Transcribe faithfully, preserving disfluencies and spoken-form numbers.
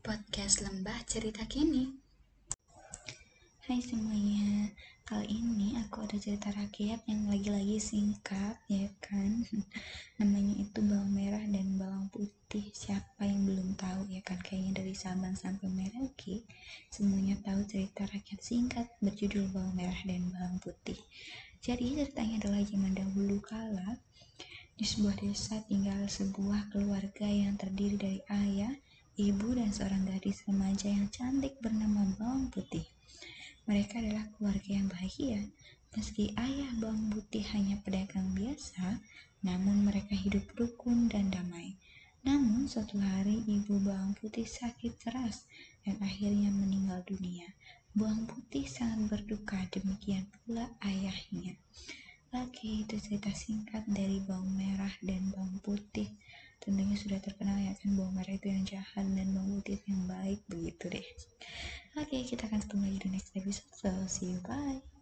Podcast Lembah Cerita Kini. Hai semuanya, kali ini aku ada cerita rakyat yang lagi-lagi singkat, ya kan? Namanya itu bawang merah dan bawang putih. Siapa yang belum tahu, ya kan? Kayaknya dari Sabang sampai Merauke, semuanya tahu cerita rakyat singkat berjudul bawang merah dan bawang putih. Jadi ceritanya adalah zaman dahulu kala, di sebuah desa tinggal sebuah keluarga yang terdiri dari ayah, ibu, dan seorang gadis remaja yang cantik bernama Bawang Putih. Mereka adalah keluarga yang bahagia. Meski ayah Bawang Putih hanya pedagang biasa, namun mereka hidup rukun dan damai. Namun suatu hari ibu Bawang Putih sakit keras dan akhirnya meninggal dunia. Bawang Putih sangat berduka, demikian pula ayahnya. Oke, itu cerita singkat dari bawang merah dan bawang putih. Tentunya sudah terkenal ya kan, bawang merah itu yang jahat dan bawang putih itu yang baik, begitu deh. Oke, kita akan ketemu lagi di next episode. So, see you, bye.